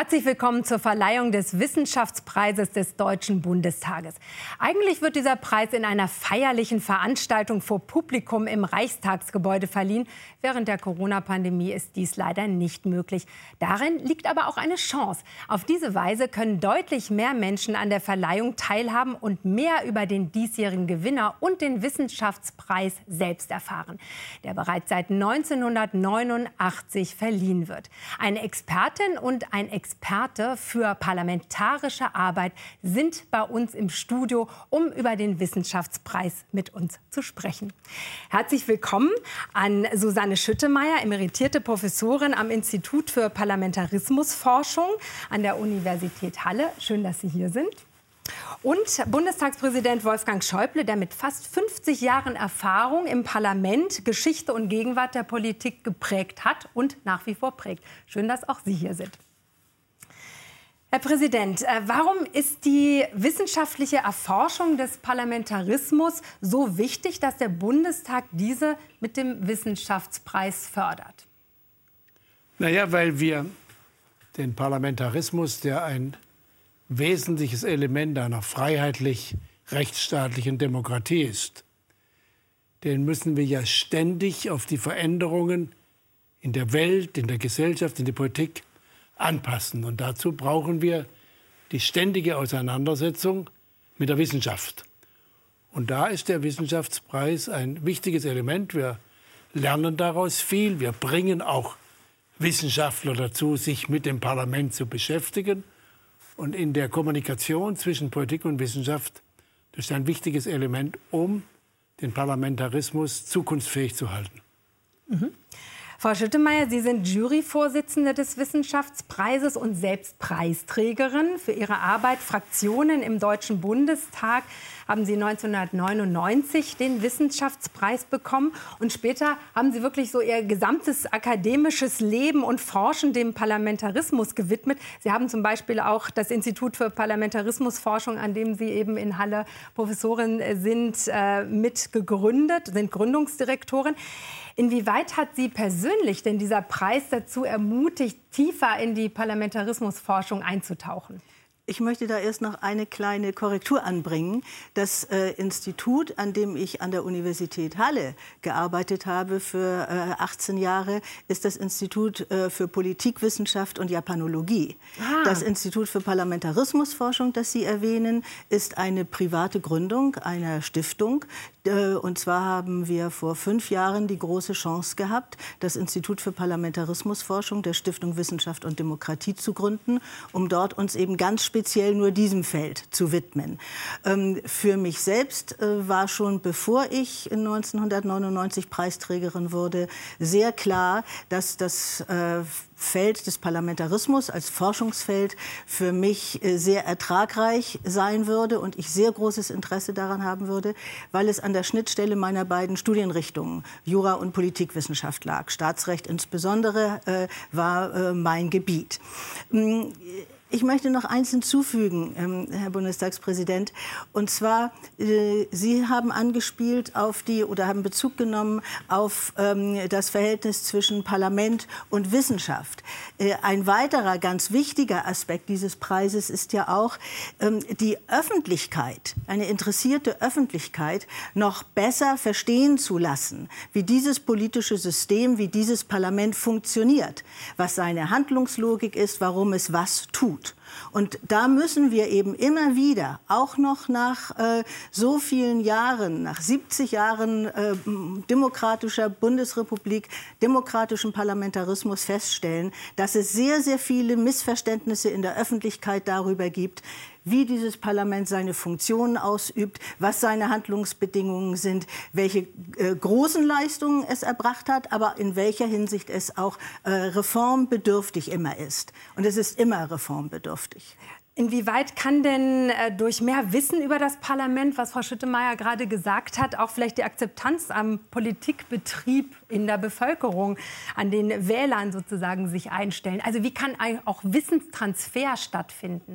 Herzlich willkommen zur Verleihung des Wissenschaftspreises des Deutschen Bundestages. Eigentlich wird dieser Preis in einer feierlichen Veranstaltung vor Publikum im Reichstagsgebäude verliehen. Während der Corona-Pandemie ist dies leider nicht möglich. Darin liegt aber auch eine Chance. Auf diese Weise können deutlich mehr Menschen an der Verleihung teilhaben und mehr über den diesjährigen Gewinner und den Wissenschaftspreis selbst erfahren, der bereits seit 1989 verliehen wird. Eine Expertin und ein Experte für parlamentarische Arbeit sind bei uns im Studio, um über den Wissenschaftspreis mit uns zu sprechen. Herzlich willkommen an Susanne Schüttemeier, emeritierte Professorin am Institut für Parlamentarismusforschung an der Universität Halle. Schön, dass Sie hier sind. Und Bundestagspräsident Wolfgang Schäuble, der mit fast 50 Jahren Erfahrung im Parlament Geschichte und Gegenwart der Politik geprägt hat und nach wie vor prägt. Schön, dass auch Sie hier sind. Herr Präsident, warum ist die wissenschaftliche Erforschung des Parlamentarismus so wichtig, dass der Bundestag diese mit dem Wissenschaftspreis fördert? Naja, weil wir den Parlamentarismus, der ein wesentliches Element einer freiheitlich-rechtsstaatlichen Demokratie ist, den müssen wir ja ständig auf die Veränderungen in der Welt, in der Gesellschaft, in der Politik anpassen. Und dazu brauchen wir die ständige Auseinandersetzung mit der Wissenschaft. Und da ist der Wissenschaftspreis ein wichtiges Element. Wir lernen daraus viel. Wir bringen auch Wissenschaftler dazu, sich mit dem Parlament zu beschäftigen. Und in der Kommunikation zwischen Politik und Wissenschaft, das ist ein wichtiges Element, um den Parlamentarismus zukunftsfähig zu halten. Mhm. Frau Schüttemeier, Sie sind Juryvorsitzende des Wissenschaftspreises und selbst Preisträgerin. Für Ihre Arbeit Fraktionen im Deutschen Bundestag haben Sie 1999 den Wissenschaftspreis bekommen. Und später haben Sie wirklich so Ihr gesamtes akademisches Leben und Forschen dem Parlamentarismus gewidmet. Sie haben zum Beispiel auch das Institut für Parlamentarismusforschung, an dem Sie eben in Halle Professorin sind, mitgegründet, sind Gründungsdirektorin. Inwieweit hat Sie persönlich denn dieser Preis dazu ermutigt, tiefer in die Parlamentarismusforschung einzutauchen? Ich möchte da erst noch eine kleine Korrektur anbringen. Das Institut, an dem ich an der Universität Halle gearbeitet habe für 18 Jahre, ist das Institut für Politikwissenschaft und Japanologie. Das Institut für Parlamentarismusforschung, das Sie erwähnen, ist eine private Gründung einer Stiftung. Und zwar haben wir vor 5 Jahren die große Chance gehabt, das Institut für Parlamentarismusforschung der Stiftung Wissenschaft und Demokratie zu gründen, um dort uns eben ganz speziell nur diesem Feld zu widmen. Für mich selbst war schon, bevor ich 1999 Preisträgerin wurde, sehr klar, dass das Feld des Parlamentarismus als Forschungsfeld für mich sehr ertragreich sein würde und ich sehr großes Interesse daran haben würde, weil es an der Schnittstelle meiner beiden Studienrichtungen, Jura und Politikwissenschaft, lag. Staatsrecht insbesondere war mein Gebiet. Ich möchte noch eins hinzufügen, Herr Bundestagspräsident. Und zwar, Sie haben angespielt auf oder haben Bezug genommen auf das Verhältnis zwischen Parlament und Wissenschaft. Ein weiterer ganz wichtiger Aspekt dieses Preises ist ja auch, die Öffentlichkeit, eine interessierte Öffentlichkeit, noch besser verstehen zu lassen, wie dieses politische System, wie dieses Parlament funktioniert, was seine Handlungslogik ist, warum es was tut. Und da müssen wir eben immer wieder, auch noch nach so vielen Jahren, nach 70 Jahren demokratischer Bundesrepublik, demokratischem Parlamentarismus feststellen, dass es sehr, sehr viele Missverständnisse in der Öffentlichkeit darüber gibt, wie dieses Parlament seine Funktionen ausübt, was seine Handlungsbedingungen sind, welche großen Leistungen es erbracht hat, aber in welcher Hinsicht es auch reformbedürftig immer ist. Und es ist immer reformbedürftig. Inwieweit kann denn durch mehr Wissen über das Parlament, was Frau Schüttemeier gerade gesagt hat, auch vielleicht die Akzeptanz am Politikbetrieb in der Bevölkerung, an den Wählern sozusagen sich einstellen? Also wie kann auch Wissenstransfer stattfinden?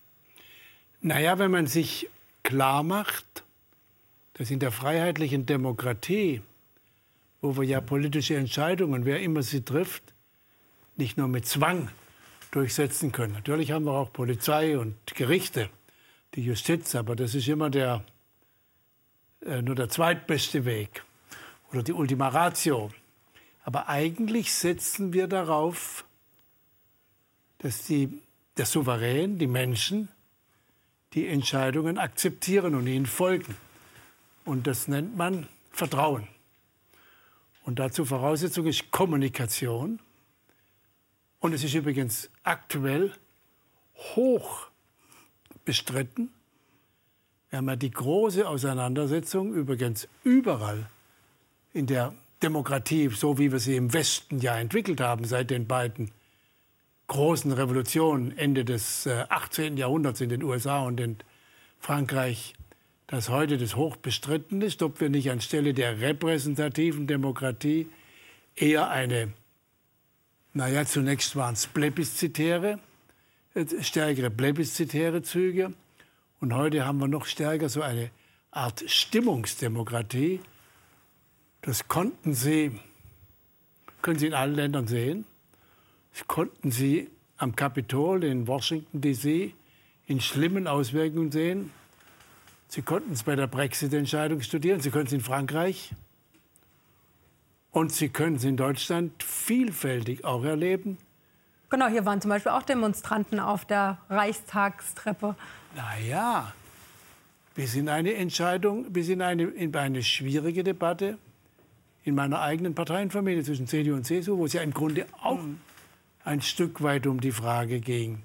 Naja, wenn man sich klar macht, dass in der freiheitlichen Demokratie, wo wir ja politische Entscheidungen, wer immer sie trifft, nicht nur mit Zwang, durchsetzen können. Natürlich haben wir auch Polizei und Gerichte, die Justiz, aber das ist immer nur der zweitbeste Weg oder die Ultima Ratio. Aber eigentlich setzen wir darauf, dass der Souverän, die Menschen, die Entscheidungen akzeptieren und ihnen folgen. Und das nennt man Vertrauen. Und dazu Voraussetzung ist Kommunikation. Und es ist übrigens aktuell hoch bestritten. Wir haben ja die große Auseinandersetzung übrigens überall in der Demokratie, so wie wir sie im Westen ja entwickelt haben, seit den beiden großen Revolutionen Ende des 18. Jahrhunderts in den USA und in Frankreich, dass heute das hoch bestritten ist, ob wir nicht anstelle der repräsentativen Demokratie eher zunächst waren es stärkere plebiszitäre Züge. Und heute haben wir noch stärker so eine Art Stimmungsdemokratie. Das können Sie in allen Ländern sehen. Das konnten Sie am Kapitol in Washington, D.C. in schlimmen Auswirkungen sehen. Sie konnten es bei der Brexit-Entscheidung studieren. Sie können es in Frankreich. Und Sie können es in Deutschland vielfältig auch erleben. Genau, hier waren zum Beispiel auch Demonstranten auf der Reichstagstreppe. Naja, bis in eine schwierige Debatte in meiner eigenen Parteienfamilie zwischen CDU und CSU, wo es ja im Grunde auch ein Stück weit um die Frage ging.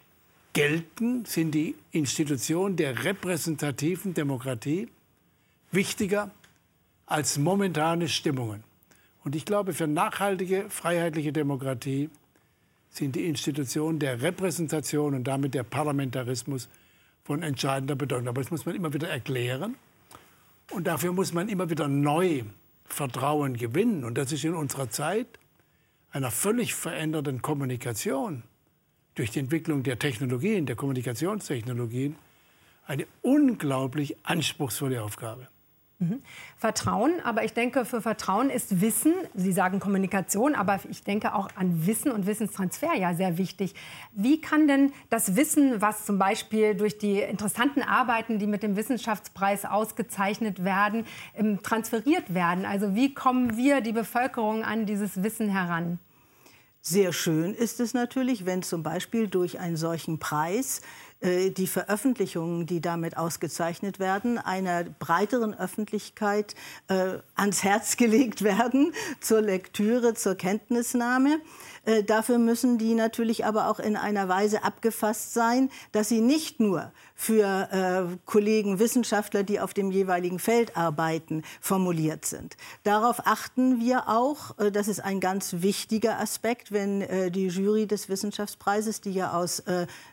Sind die Institutionen der repräsentativen Demokratie wichtiger als momentane Stimmungen? Und ich glaube, für nachhaltige, freiheitliche Demokratie sind die Institutionen der Repräsentation und damit der Parlamentarismus von entscheidender Bedeutung. Aber das muss man immer wieder erklären. Und dafür muss man immer wieder neu Vertrauen gewinnen. Und das ist in unserer Zeit einer völlig veränderten Kommunikation durch die Entwicklung der Technologien, der Kommunikationstechnologien, eine unglaublich anspruchsvolle Aufgabe. Vertrauen, aber ich denke, für Vertrauen ist Wissen, Sie sagen Kommunikation, aber ich denke auch an Wissen und Wissenstransfer ja sehr wichtig. Wie kann denn das Wissen, was zum Beispiel durch die interessanten Arbeiten, die mit dem Wissenschaftspreis ausgezeichnet werden, transferiert werden? Also wie kommen wir, die Bevölkerung, an dieses Wissen heran? Sehr schön ist es natürlich, wenn zum Beispiel durch einen solchen Preis die Veröffentlichungen, die damit ausgezeichnet werden, einer breiteren Öffentlichkeit ans Herz gelegt werden, zur Lektüre, zur Kenntnisnahme. Dafür müssen die natürlich aber auch in einer Weise abgefasst sein, dass sie nicht nur für Kollegen, Wissenschaftler, die auf dem jeweiligen Feld arbeiten, formuliert sind. Darauf achten wir auch. Das ist ein ganz wichtiger Aspekt, wenn die Jury des Wissenschaftspreises, die ja aus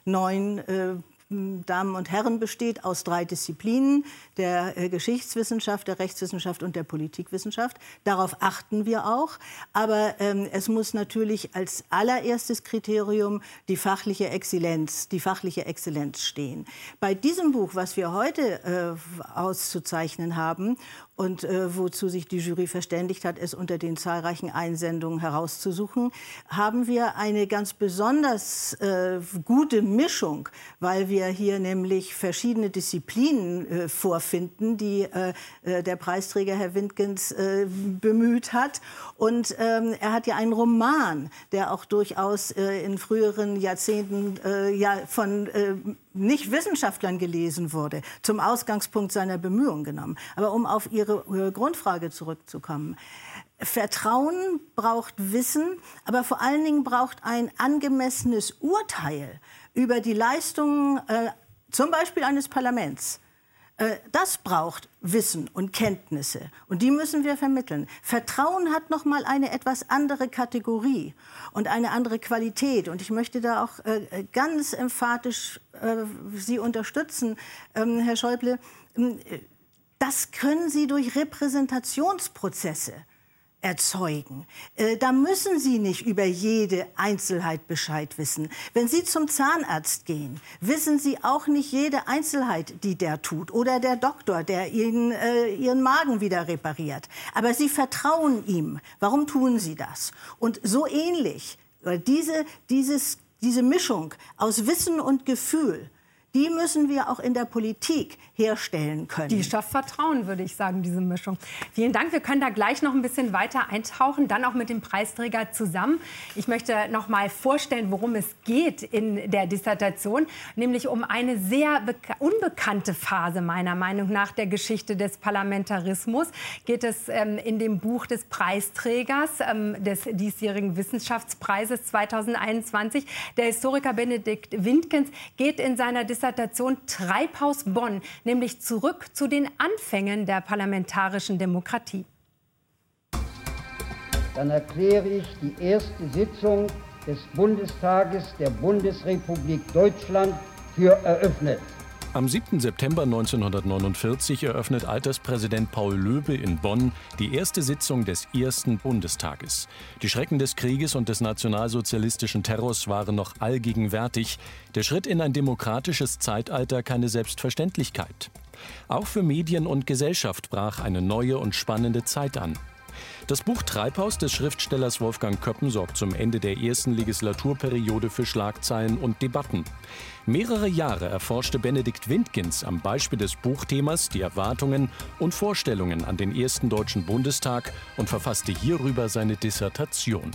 9 Damen und Herren besteht, aus 3 Disziplinen, der Geschichtswissenschaft, der Rechtswissenschaft und der Politikwissenschaft. Darauf achten wir auch. Aber es muss natürlich als allererstes Kriterium die fachliche Exzellenz stehen. Bei diesem Buch, was wir heute auszuzeichnen haben und wozu sich die Jury verständigt hat, es unter den zahlreichen Einsendungen herauszusuchen, haben wir eine ganz besonders gute Mischung, weil wir hier nämlich verschiedene Disziplinen vorfinden, die der Preisträger Herr Wintgens bemüht hat. Und er hat ja einen Roman, der auch durchaus in früheren Jahrzehnten von Nicht-Wissenschaftlern gelesen wurde, zum Ausgangspunkt seiner Bemühungen genommen. Aber um auf Ihre Grundfrage zurückzukommen. Vertrauen braucht Wissen, aber vor allen Dingen braucht ein angemessenes Urteil über die Leistungen zum Beispiel eines Parlaments. Das braucht Wissen und Kenntnisse. Und die müssen wir vermitteln. Vertrauen hat noch mal eine etwas andere Kategorie und eine andere Qualität. Und ich möchte da auch ganz emphatisch Sie unterstützen, Herr Schäuble. Das können Sie durch Repräsentationsprozesse erzeugen. Da müssen Sie nicht über jede Einzelheit Bescheid wissen. Wenn Sie zum Zahnarzt gehen, wissen Sie auch nicht jede Einzelheit, die der tut. Oder der Doktor, der Ihnen Ihren Magen wieder repariert. Aber Sie vertrauen ihm. Warum tun Sie das? Und so ähnlich, dieses diese Mischung aus Wissen und Gefühl, die müssen wir auch in der Politik herstellen können. Die schafft Vertrauen, würde ich sagen, diese Mischung. Vielen Dank. Wir können da gleich noch ein bisschen weiter eintauchen, dann auch mit dem Preisträger zusammen. Ich möchte noch mal vorstellen, worum es geht in der Dissertation, nämlich um eine sehr unbekannte Phase meiner Meinung nach der Geschichte des Parlamentarismus. Geht es in dem Buch des Preisträgers des diesjährigen Wissenschaftspreises 2021. Der Historiker Benedikt Wintgens geht in seiner Dissertation Treibhaus Bonn, nämlich zurück zu den Anfängen der parlamentarischen Demokratie. Dann erkläre ich die erste Sitzung des Bundestages der Bundesrepublik Deutschland für eröffnet. Am 7. September 1949 eröffnet Alterspräsident Paul Löbe in Bonn die erste Sitzung des ersten Bundestages. Die Schrecken des Krieges und des nationalsozialistischen Terrors waren noch allgegenwärtig. Der Schritt in ein demokratisches Zeitalter keine Selbstverständlichkeit. Auch für Medien und Gesellschaft brach eine neue und spannende Zeit an. Das Buch Treibhaus des Schriftstellers Wolfgang Köppen sorgt zum Ende der ersten Legislaturperiode für Schlagzeilen und Debatten. Mehrere Jahre erforschte Benedikt Wintgens am Beispiel des Buchthemas die Erwartungen und Vorstellungen an den ersten Deutschen Bundestag und verfasste hierüber seine Dissertation.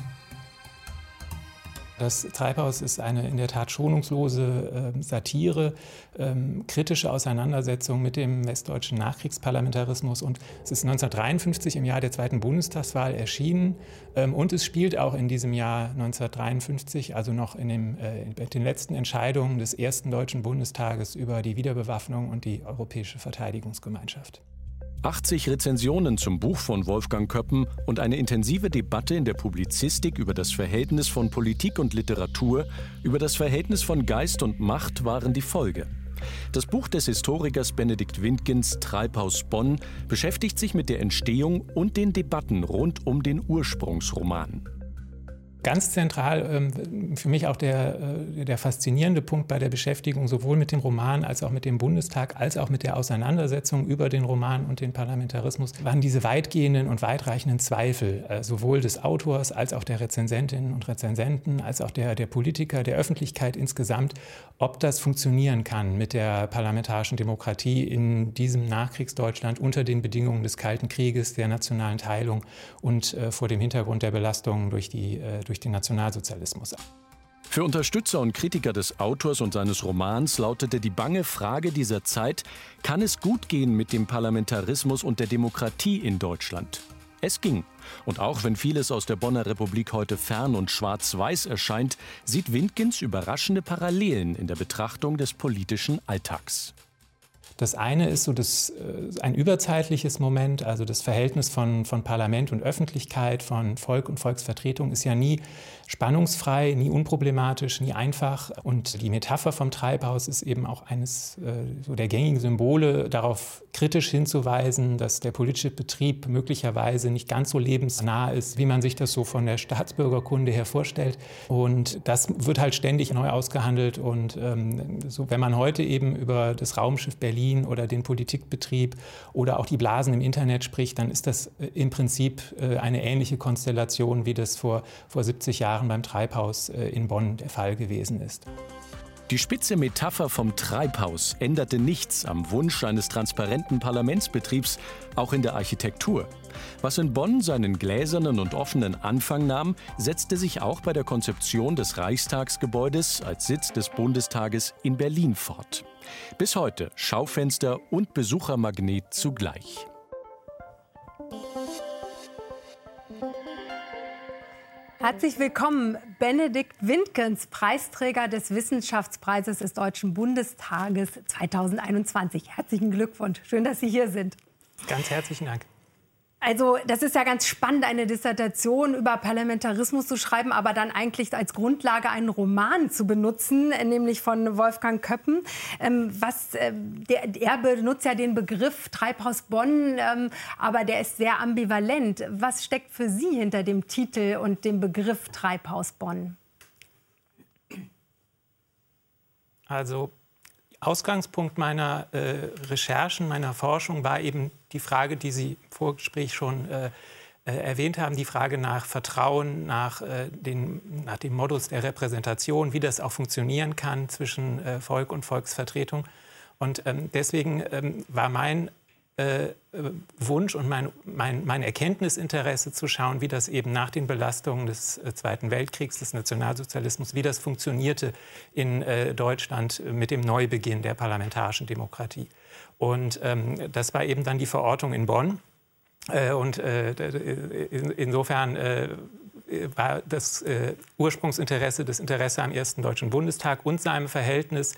Das Treibhaus ist eine in der Tat schonungslose Satire, kritische Auseinandersetzung mit dem westdeutschen Nachkriegsparlamentarismus. Und es ist 1953 im Jahr der zweiten Bundestagswahl erschienen. Und es spielt auch in diesem Jahr 1953, also noch in den letzten Entscheidungen des ersten Deutschen Bundestages über die Wiederbewaffnung und die Europäische Verteidigungsgemeinschaft. 80 Rezensionen zum Buch von Wolfgang Köppen und eine intensive Debatte in der Publizistik über das Verhältnis von Politik und Literatur, über das Verhältnis von Geist und Macht waren die Folge. Das Buch des Historikers Benedikt Wintgens Treibhaus Bonn beschäftigt sich mit der Entstehung und den Debatten rund um den Ursprungsroman. Ganz zentral für mich auch der faszinierende Punkt bei der Beschäftigung sowohl mit dem Roman als auch mit dem Bundestag, als auch mit der Auseinandersetzung über den Roman und den Parlamentarismus, waren diese weitgehenden und weitreichenden Zweifel, sowohl des Autors als auch der Rezensentinnen und Rezensenten, als auch der Politiker, der Öffentlichkeit insgesamt, ob das funktionieren kann mit der parlamentarischen Demokratie in diesem Nachkriegsdeutschland unter den Bedingungen des Kalten Krieges, der nationalen Teilung und vor dem Hintergrund der Belastungen durch den Nationalsozialismus. Für Unterstützer und Kritiker des Autors und seines Romans lautete die bange Frage dieser Zeit: Kann es gut gehen mit dem Parlamentarismus und der Demokratie in Deutschland? Es ging. Und auch wenn vieles aus der Bonner Republik heute fern und schwarz-weiß erscheint, sieht Wintgens überraschende Parallelen in der Betrachtung des politischen Alltags. Das eine ist so ein überzeitliches Moment, also das Verhältnis von Parlament und Öffentlichkeit, von Volk und Volksvertretung ist ja nie spannungsfrei, nie unproblematisch, nie einfach. Und die Metapher vom Treibhaus ist eben auch eines so der gängigen Symbole, darauf kritisch hinzuweisen, dass der politische Betrieb möglicherweise nicht ganz so lebensnah ist, wie man sich das so von der Staatsbürgerkunde her vorstellt. Und das wird halt ständig neu ausgehandelt. Und so, wenn man heute eben über das Raumschiff Berlin oder den Politikbetrieb oder auch die Blasen im Internet spricht, dann ist das im Prinzip eine ähnliche Konstellation, wie das vor 70 Jahren beim Treibhaus in Bonn der Fall gewesen ist. Die spitze Metapher vom Treibhaus änderte nichts am Wunsch eines transparenten Parlamentsbetriebs, auch in der Architektur. Was in Bonn seinen gläsernen und offenen Anfang nahm, setzte sich auch bei der Konzeption des Reichstagsgebäudes als Sitz des Bundestages in Berlin fort. Bis heute Schaufenster und Besuchermagnet zugleich. Herzlich willkommen, Benedikt Wintgens, Preisträger des Wissenschaftspreises des Deutschen Bundestages 2021. Herzlichen Glückwunsch. Schön, dass Sie hier sind. Ganz herzlichen Dank. Also das ist ja ganz spannend, eine Dissertation über Parlamentarismus zu schreiben, aber dann eigentlich als Grundlage einen Roman zu benutzen, nämlich von Wolfgang Köppen. Er benutzt ja den Begriff Treibhaus Bonn, aber der ist sehr ambivalent. Was steckt für Sie hinter dem Titel und dem Begriff Treibhaus Bonn? Also Ausgangspunkt meiner Recherchen, meiner Forschung war eben die Frage, die Sie im Vorgespräch schon erwähnt haben, die Frage nach Vertrauen, nach dem Modus der Repräsentation, wie das auch funktionieren kann zwischen Volk und Volksvertretung. Und deswegen war mein Wunsch und mein Erkenntnisinteresse zu schauen, wie das eben nach den Belastungen des Zweiten Weltkriegs, des Nationalsozialismus, wie das funktionierte in Deutschland mit dem Neubeginn der parlamentarischen Demokratie. Und das war eben dann die Verortung in Bonn. Und insofern war das Ursprungsinteresse, das Interesse am Ersten Deutschen Bundestag und seinem Verhältnis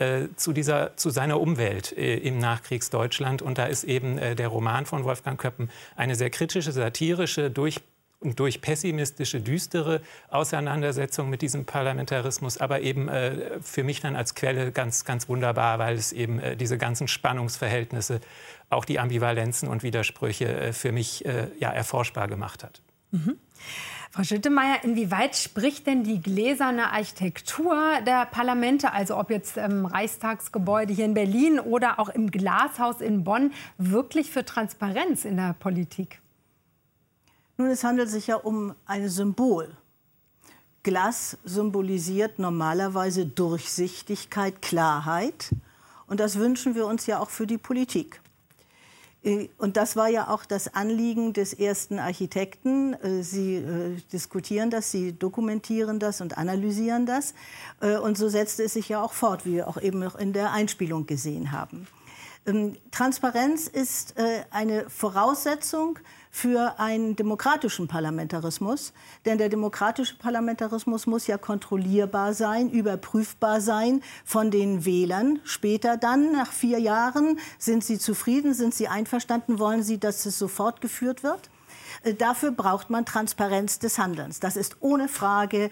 zu seiner Umwelt im Nachkriegsdeutschland. Und da ist eben der Roman von Wolfgang Köppen eine sehr kritische, satirische, durch pessimistische, düstere Auseinandersetzung mit diesem Parlamentarismus, aber eben für mich dann als Quelle ganz, ganz wunderbar, weil es eben diese ganzen Spannungsverhältnisse, auch die Ambivalenzen und Widersprüche für mich erforschbar gemacht hat. Mhm. Frau Schüttemeier, inwieweit spricht denn die gläserne Architektur der Parlamente, also ob jetzt im Reichstagsgebäude hier in Berlin oder auch im Glashaus in Bonn, wirklich für Transparenz in der Politik? Nun, es handelt sich ja um ein Symbol. Glas symbolisiert normalerweise Durchsichtigkeit, Klarheit. Und das wünschen wir uns ja auch für die Politik. Und das war ja auch das Anliegen des ersten Architekten. Sie diskutieren das, sie dokumentieren das und analysieren das. Und so setzte es sich ja auch fort, wie wir auch eben noch in der Einspielung gesehen haben. Transparenz ist eine Voraussetzung für einen demokratischen Parlamentarismus. Denn der demokratische Parlamentarismus muss ja kontrollierbar sein, überprüfbar sein von den Wählern. Später dann, nach 4 Jahren, sind sie zufrieden, sind sie einverstanden, wollen sie, dass es so fortgeführt wird? Dafür braucht man Transparenz des Handelns. Das ist ohne Frage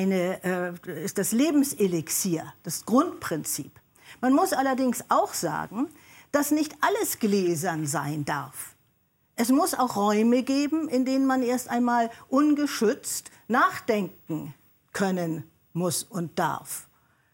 ist das Lebenselixier, das Grundprinzip. Man muss allerdings auch sagen, dass nicht alles gläsern sein darf. Es muss auch Räume geben, in denen man erst einmal ungeschützt nachdenken können muss und darf.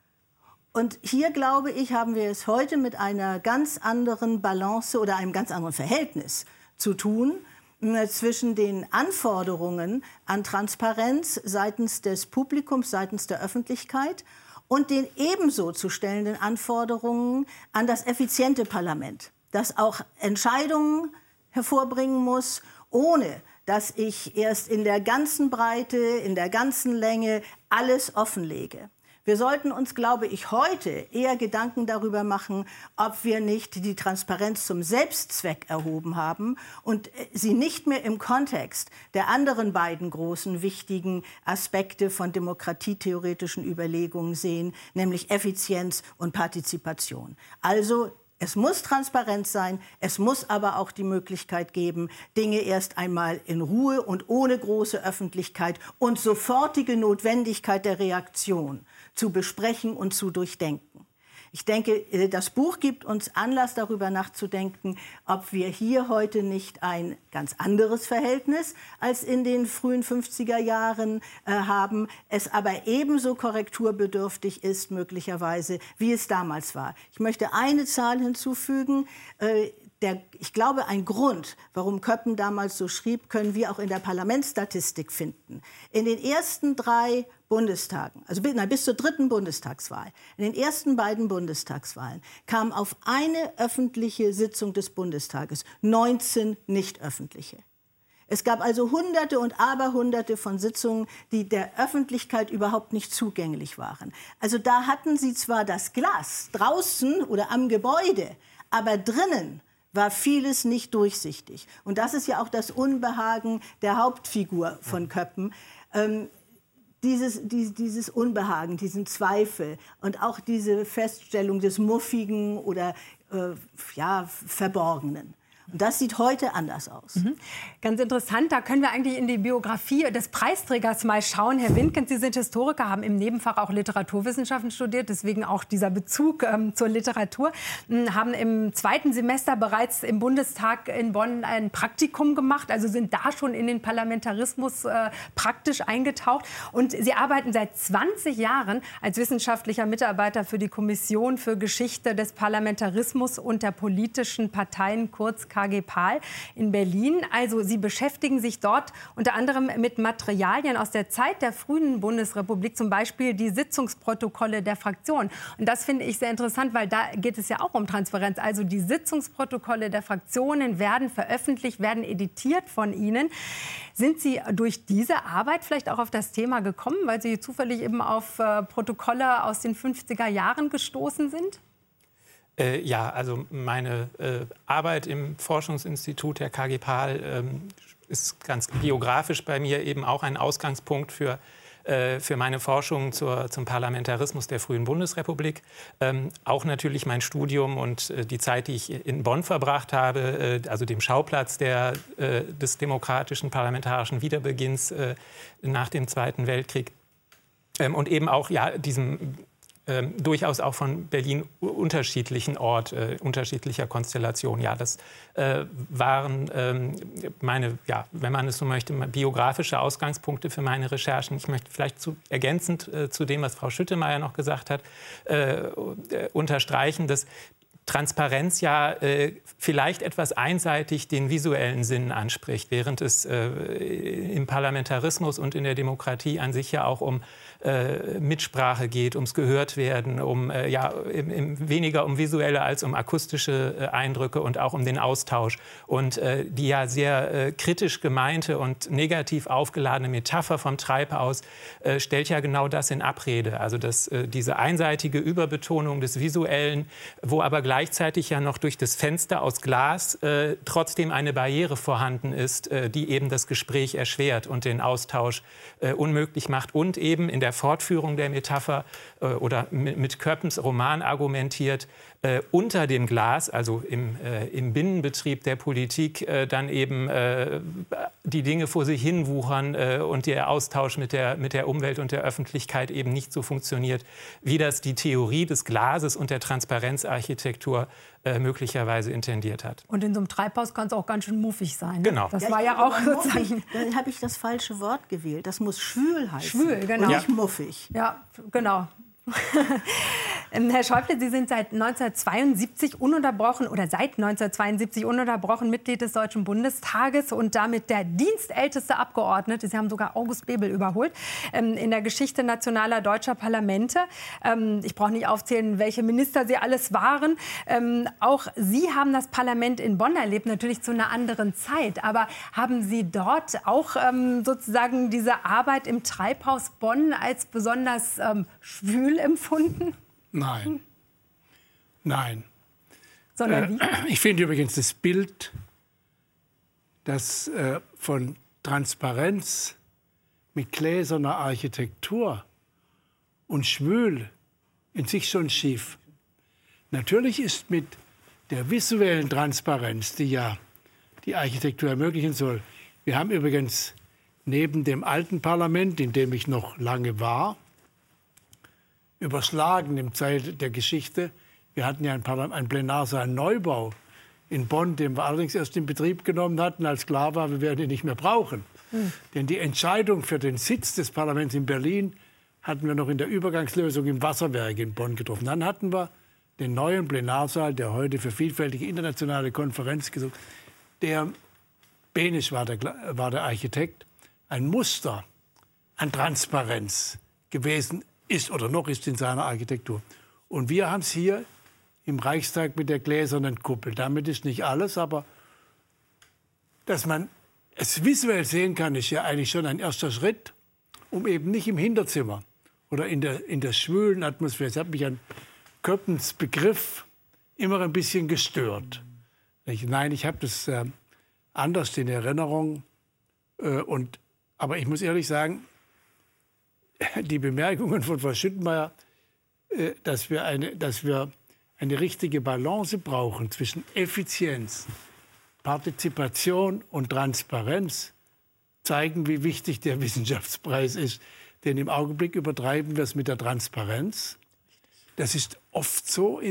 Und hier, glaube ich, haben wir es heute mit einer ganz anderen Balance oder einem ganz anderen Verhältnis zu tun zwischen den Anforderungen an Transparenz seitens des Publikums, seitens der Öffentlichkeit und den ebenso zu stellenden Anforderungen an das effiziente Parlament, das auch Entscheidungen hervorbringen muss, ohne dass ich erst in der ganzen Breite, in der ganzen Länge alles offenlege. Wir sollten uns, glaube ich, heute eher Gedanken darüber machen, ob wir nicht die Transparenz zum Selbstzweck erhoben haben und sie nicht mehr im Kontext der anderen beiden großen wichtigen Aspekte von demokratietheoretischen Überlegungen sehen, nämlich Effizienz und Partizipation. Also es muss transparent sein, es muss aber auch die Möglichkeit geben, Dinge erst einmal in Ruhe und ohne große Öffentlichkeit und sofortige Notwendigkeit der Reaktion zu besprechen und zu durchdenken. Ich denke, das Buch gibt uns Anlass, darüber nachzudenken, ob wir hier heute nicht ein ganz anderes Verhältnis als in den frühen 50er Jahren haben, es aber ebenso korrekturbedürftig ist, möglicherweise, wie es damals war. Ich möchte eine Zahl hinzufügen. Ich glaube, ein Grund, warum Köppen damals so schrieb, können wir auch in der Parlamentsstatistik finden. In den ersten 3 Bundestagen, also bis zur 3. Bundestagswahl, in den ersten beiden Bundestagswahlen kamen auf eine öffentliche Sitzung des Bundestages 19 nicht öffentliche. Es gab also Hunderte und Aberhunderte von Sitzungen, die der Öffentlichkeit überhaupt nicht zugänglich waren. Also da hatten sie zwar das Glas draußen oder am Gebäude, aber drinnen war vieles nicht durchsichtig. Und das ist ja auch das Unbehagen der Hauptfigur von Köppen. Dieses Unbehagen, diesen Zweifel und auch diese Feststellung des Muffigen oder Verborgenen. Und das sieht heute anders aus. Mhm. Ganz interessant, da können wir eigentlich in die Biografie des Preisträgers mal schauen. Herr Windgens, Sie sind Historiker, haben im Nebenfach auch Literaturwissenschaften studiert, deswegen auch dieser Bezug zur Literatur. Haben im 2. Semester bereits im Bundestag in Bonn ein Praktikum gemacht, also sind da schon in den Parlamentarismus praktisch eingetaucht. Und Sie arbeiten seit 20 Jahren als wissenschaftlicher Mitarbeiter für die Kommission für Geschichte des Parlamentarismus und der politischen Parteien, kurz KG Pahl in Berlin. Also Sie beschäftigen sich dort unter anderem mit Materialien aus der Zeit der frühen Bundesrepublik, zum Beispiel die Sitzungsprotokolle der Fraktionen. Und das finde ich sehr interessant, weil da geht es ja auch um Transparenz. Also die Sitzungsprotokolle der Fraktionen werden veröffentlicht, werden editiert von Ihnen. Sind Sie durch diese Arbeit vielleicht auch auf das Thema gekommen, weil Sie zufällig eben auf Protokolle aus den 50er Jahren gestoßen sind? Ja, also meine Arbeit im Forschungsinstitut der KG Pahl ist ganz biografisch bei mir eben auch ein Ausgangspunkt für meine Forschung zum Parlamentarismus der frühen Bundesrepublik. Auch natürlich mein Studium und die Zeit, die ich in Bonn verbracht habe, also dem Schauplatz des demokratischen parlamentarischen Wiederbeginns nach dem Zweiten Weltkrieg. Und eben auch diesem durchaus auch von Berlin unterschiedlichen Ort, unterschiedlicher Konstellation. Ja, das waren meine, ja, wenn man es so möchte, biografische Ausgangspunkte für meine Recherchen. Ich möchte vielleicht ergänzend zu dem, was Frau Schüttemeier noch gesagt hat, unterstreichen, dass Transparenz ja vielleicht etwas einseitig den visuellen Sinn anspricht, während es im Parlamentarismus und in der Demokratie an sich ja auch um Mitsprache geht, ums Gehörtwerden, weniger um visuelle als um akustische Eindrücke und auch um den Austausch. Und die ja sehr kritisch gemeinte und negativ aufgeladene Metapher vom Treibhaus stellt ja genau das in Abrede. Also dass diese einseitige Überbetonung des Visuellen, wo aber gleichzeitig ja noch durch das Fenster aus Glas trotzdem eine Barriere vorhanden ist, die eben das Gespräch erschwert und den Austausch unmöglich macht und eben in der Fortführung der Metapher oder mit Köppens Roman argumentiert, unter dem Glas, also im Binnenbetrieb der Politik, dann eben die Dinge vor sich hin wuchern und der Austausch mit der Umwelt und der Öffentlichkeit eben nicht so funktioniert, wie das die Theorie des Glases und der Transparenzarchitektur möglicherweise intendiert hat. Und in so einem Treibhaus kann es auch ganz schön muffig sein. Genau. Das war ja auch sozusagen... Da habe ich das falsche Wort gewählt. Das muss schwül heißen. Schwül, genau. Und nicht muffig. Ja, genau. Herr Schäuble, Sie sind seit 1972 ununterbrochen Mitglied des Deutschen Bundestages und damit der dienstälteste Abgeordnete. Sie haben sogar August Bebel überholt in der Geschichte nationaler deutscher Parlamente. Ich brauche nicht aufzählen, welche Minister Sie alles waren. Auch Sie haben das Parlament in Bonn erlebt, natürlich zu einer anderen Zeit. Aber haben Sie dort auch sozusagen diese Arbeit im Treibhaus Bonn als besonders schwül empfunden? Nein. Nein. Sondern wie? Ich finde übrigens das Bild, das von Transparenz mit gläserner Architektur und schwül in sich schon schief. Natürlich ist mit der visuellen Transparenz, die ja die Architektur ermöglichen soll. Wir haben übrigens neben dem alten Parlament, in dem ich noch lange war, überschlagen im Zeit der Geschichte. Wir hatten ja einen Plenarsaal Neubau in Bonn, den wir allerdings erst in Betrieb genommen hatten, als klar war, wir werden ihn nicht mehr brauchen. Denn die Entscheidung für den Sitz des Parlaments in Berlin hatten wir noch in der Übergangslösung im Wasserwerk in Bonn getroffen. Dann hatten wir den neuen Plenarsaal, der heute für vielfältige internationale Konferenzen gesucht. Der Benisch war der Architekt, ein Muster an Transparenz gewesen ist oder noch ist in seiner Architektur. Und wir haben es hier im Reichstag mit der gläsernen Kuppel. Damit ist nicht alles, aber dass man es visuell sehen kann, ist ja eigentlich schon ein erster Schritt, um eben nicht im Hinterzimmer oder in der schwülen Atmosphäre. Es hat mich an Köppens Begriff immer ein bisschen gestört. Nein, ich habe das anders in Erinnerung. Aber ich muss ehrlich sagen, die Bemerkungen von Frau Schüttemeier, dass wir eine richtige Balance brauchen zwischen Effizienz, Partizipation und Transparenz, zeigen, wie wichtig der Wissenschaftspreis ist. Denn im Augenblick übertreiben wir es mit der Transparenz. Das ist oft so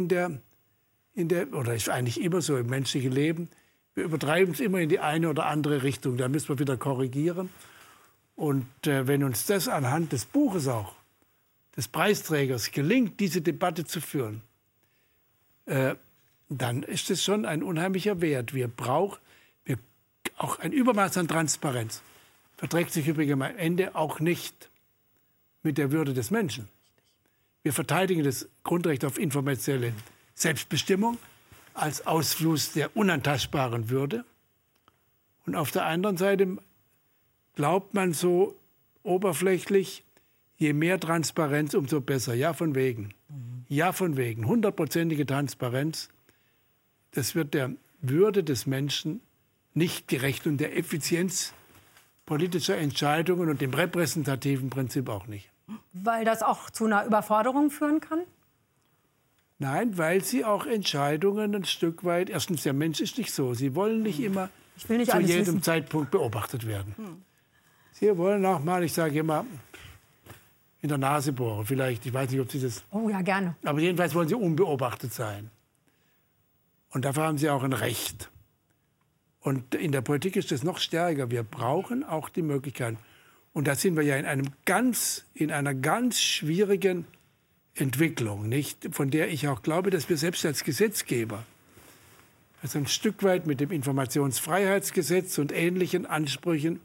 oder ist eigentlich immer so im menschlichen Leben. Wir übertreiben es immer in die eine oder andere Richtung. Da müssen wir wieder korrigieren. Und wenn uns das anhand des Buches auch, des Preisträgers, gelingt, diese Debatte zu führen, dann ist es schon ein unheimlicher Wert. Wir brauchen auch ein Übermaß an Transparenz. Verträgt sich übrigens am Ende auch nicht mit der Würde des Menschen. Wir verteidigen das Grundrecht auf informationelle Selbstbestimmung als Ausfluss der unantastbaren Würde. Und auf der anderen Seite glaubt man so oberflächlich, je mehr Transparenz, umso besser. Ja, von wegen. Ja, von wegen. 100%ige Transparenz, das wird der Würde des Menschen nicht gerecht und der Effizienz politischer Entscheidungen und dem repräsentativen Prinzip auch nicht. Weil das auch zu einer Überforderung führen kann? Nein, weil sie auch Entscheidungen ein Stück weit, erstens, der Mensch ist nicht so, sie wollen nicht immer zu jedem Zeitpunkt beobachtet werden. Sie wollen auch mal, ich sage immer, in der Nase bohren, vielleicht, ich weiß nicht, ob Sie das... Oh ja, gerne. Aber jedenfalls wollen Sie unbeobachtet sein. Und dafür haben Sie auch ein Recht. Und in der Politik ist das noch stärker. Wir brauchen auch die Möglichkeit. Und da sind wir ja in einer ganz schwierigen Entwicklung, nicht? Von der ich auch glaube, dass wir selbst als Gesetzgeber, also ein Stück weit mit dem Informationsfreiheitsgesetz und ähnlichen Ansprüchen,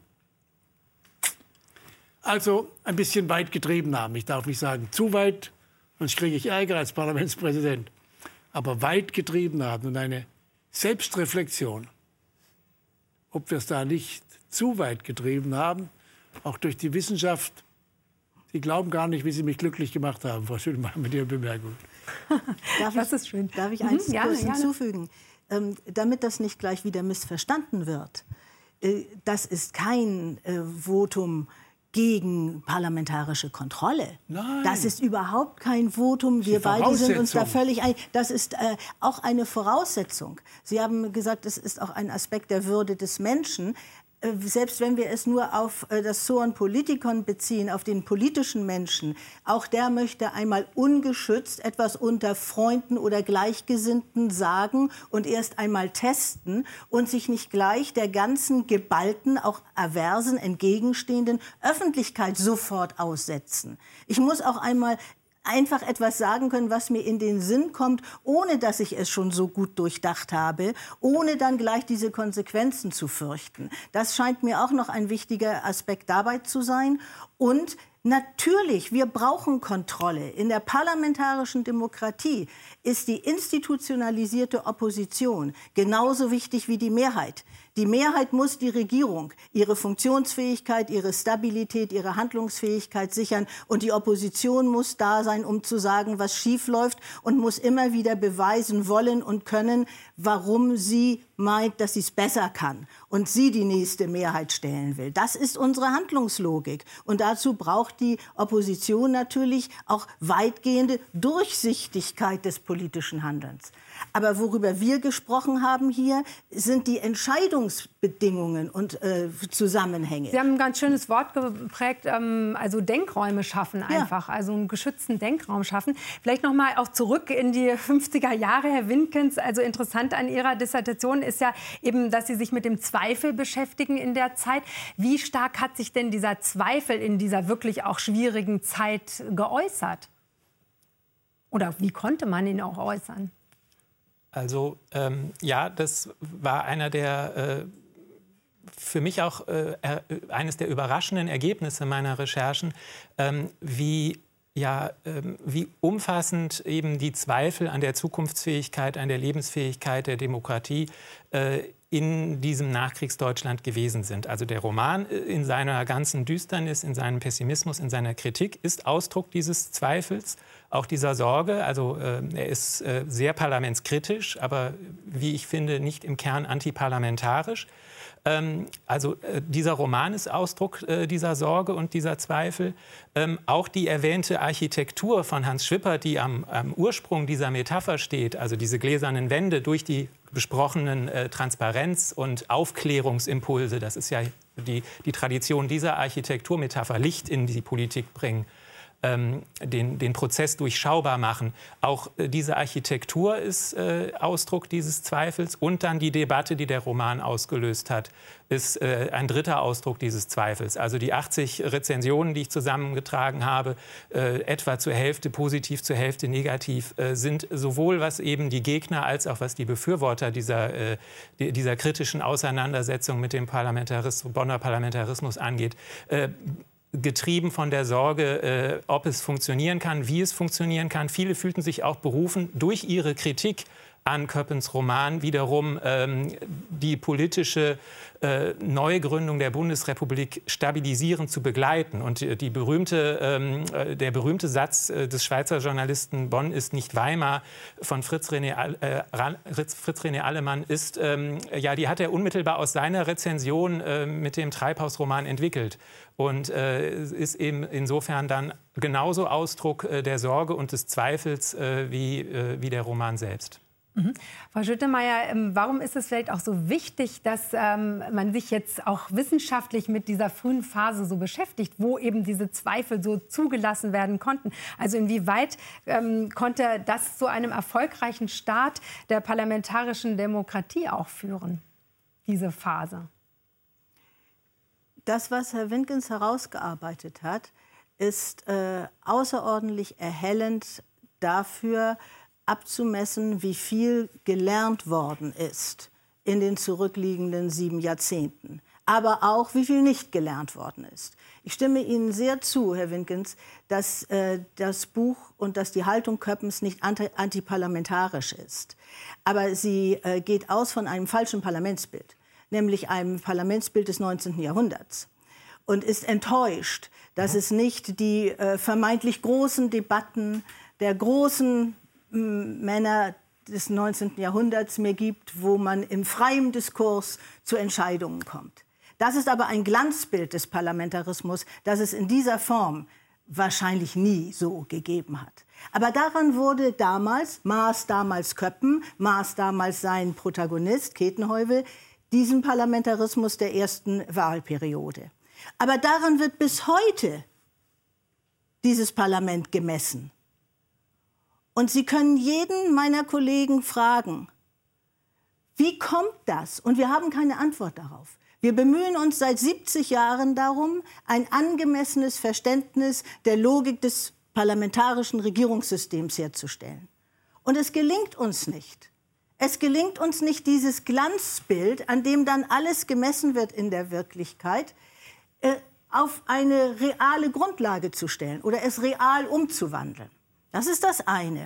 also ein bisschen weit getrieben haben. Ich darf nicht sagen zu weit, sonst kriege ich Ärger als Parlamentspräsident. Aber weit getrieben haben und eine Selbstreflexion, ob wir es da nicht zu weit getrieben haben, auch durch die Wissenschaft. Sie glauben gar nicht, wie Sie mich glücklich gemacht haben, Frau Schüttelmann, mit Ihrer Bemerkung. Das ist schön. Darf ich eins kurz hinzufügen? Damit das nicht gleich wieder missverstanden wird. Das ist kein Votum gegen parlamentarische Kontrolle. Nein. Das ist überhaupt kein Votum. Wir beide sind uns da völlig einig. Das ist auch eine Voraussetzung. Sie haben gesagt, es ist auch ein Aspekt der Würde des Menschen. Selbst wenn wir es nur auf das Zoon Politikon beziehen, auf den politischen Menschen, auch der möchte einmal ungeschützt etwas unter Freunden oder Gleichgesinnten sagen und erst einmal testen und sich nicht gleich der ganzen geballten, auch aversen, entgegenstehenden Öffentlichkeit sofort aussetzen. Ich muss auch einmal einfach etwas sagen können, was mir in den Sinn kommt, ohne dass ich es schon so gut durchdacht habe, ohne dann gleich diese Konsequenzen zu fürchten. Das scheint mir auch noch ein wichtiger Aspekt dabei zu sein. Und natürlich, wir brauchen Kontrolle. In der parlamentarischen Demokratie ist die institutionalisierte Opposition genauso wichtig wie die Mehrheit. Die Mehrheit muss die Regierung, ihre Funktionsfähigkeit, ihre Stabilität, ihre Handlungsfähigkeit sichern. Und die Opposition muss da sein, um zu sagen, was schief läuft und muss immer wieder beweisen wollen und können, warum sie meint, dass sie es besser kann und sie die nächste Mehrheit stellen will. Das ist unsere Handlungslogik. Und dazu braucht die Opposition natürlich auch weitgehende Durchsichtigkeit des politischen Handelns. Aber worüber wir gesprochen haben hier, sind die Entscheidungsbedingungen und Zusammenhänge. Sie haben ein ganz schönes Wort geprägt, also Denkräume schaffen einfach, also einen geschützten Denkraum schaffen. Vielleicht noch mal auch zurück in die 50er Jahre, Herr Windkens. Also interessant an Ihrer Dissertation ist ja eben, dass Sie sich mit dem Zweifel beschäftigen in der Zeit. Wie stark hat sich denn dieser Zweifel in dieser wirklich auch schwierigen Zeit geäußert? Oder wie konnte man ihn auch äußern? Also ja, das war einer der, für mich auch eines der überraschenden Ergebnisse meiner Recherchen, wie umfassend eben die Zweifel an der Zukunftsfähigkeit, an der Lebensfähigkeit der Demokratie in diesem Nachkriegsdeutschland gewesen sind. Also der Roman in seiner ganzen Düsternis, in seinem Pessimismus, in seiner Kritik ist Ausdruck dieses Zweifels, auch dieser Sorge. Also er ist sehr parlamentskritisch, aber wie ich finde, nicht im Kern antiparlamentarisch. Dieser Roman ist Ausdruck dieser Sorge und dieser Zweifel. Auch die erwähnte Architektur von Hans Schwippert, die am Ursprung dieser Metapher steht, also diese gläsernen Wände durch die besprochenen Transparenz- und Aufklärungsimpulse, das ist ja die Tradition dieser Architekturmetapher, Licht in die Politik bringen. den Prozess durchschaubar machen. Auch diese Architektur ist Ausdruck dieses Zweifels und dann die Debatte, die der Roman ausgelöst hat, ist ein dritter Ausdruck dieses Zweifels. Also die 80 Rezensionen, die ich zusammengetragen habe, etwa zur Hälfte positiv, zur Hälfte negativ, sind sowohl was eben die Gegner als auch was die Befürworter dieser kritischen Auseinandersetzung mit dem Bonner Parlamentarismus angeht, getrieben von der Sorge, ob es funktionieren kann, wie es funktionieren kann. Viele fühlten sich auch berufen, durch ihre Kritik an Köppens Roman wiederum die politische Neugründung der Bundesrepublik stabilisierend zu begleiten. Und der berühmte Satz des Schweizer Journalisten Bonn ist nicht Weimar von Fritz René Allemann ist, die hat er unmittelbar aus seiner Rezension mit dem Treibhausroman entwickelt. Und ist eben insofern dann genauso Ausdruck der Sorge und des Zweifels wie der Roman selbst. Frau Schüttemeier, warum ist es vielleicht auch so wichtig, dass man sich jetzt auch wissenschaftlich mit dieser frühen Phase so beschäftigt, wo eben diese Zweifel so zugelassen werden konnten? Also inwieweit konnte das zu einem erfolgreichen Start der parlamentarischen Demokratie auch führen, diese Phase? Das, was Herr Winkens herausgearbeitet hat, ist außerordentlich erhellend dafür, abzumessen, wie viel gelernt worden ist in den zurückliegenden 7 Jahrzehnten, aber auch, wie viel nicht gelernt worden ist. Ich stimme Ihnen sehr zu, Herr Winkens, dass das Buch und dass die Haltung Köppens nicht antiparlamentarisch ist. Aber sie geht aus von einem falschen Parlamentsbild, nämlich einem Parlamentsbild des 19. Jahrhunderts. Und ist enttäuscht, dass es nicht die vermeintlich großen Debatten der großen Männer des 19. Jahrhunderts mehr gibt, wo man im freien Diskurs zu Entscheidungen kommt. Das ist aber ein Glanzbild des Parlamentarismus, das es in dieser Form wahrscheinlich nie so gegeben hat. Aber daran wurde maß damals Köppen, maß damals sein Protagonist, Ketenheuvel, diesen Parlamentarismus der ersten Wahlperiode. Aber daran wird bis heute dieses Parlament gemessen. Und Sie können jeden meiner Kollegen fragen, wie kommt das? Und wir haben keine Antwort darauf. Wir bemühen uns seit 70 Jahren darum, ein angemessenes Verständnis der Logik des parlamentarischen Regierungssystems herzustellen. Und es gelingt uns nicht. Es gelingt uns nicht, dieses Glanzbild, an dem dann alles gemessen wird in der Wirklichkeit, auf eine reale Grundlage zu stellen oder es real umzuwandeln. Das ist das eine.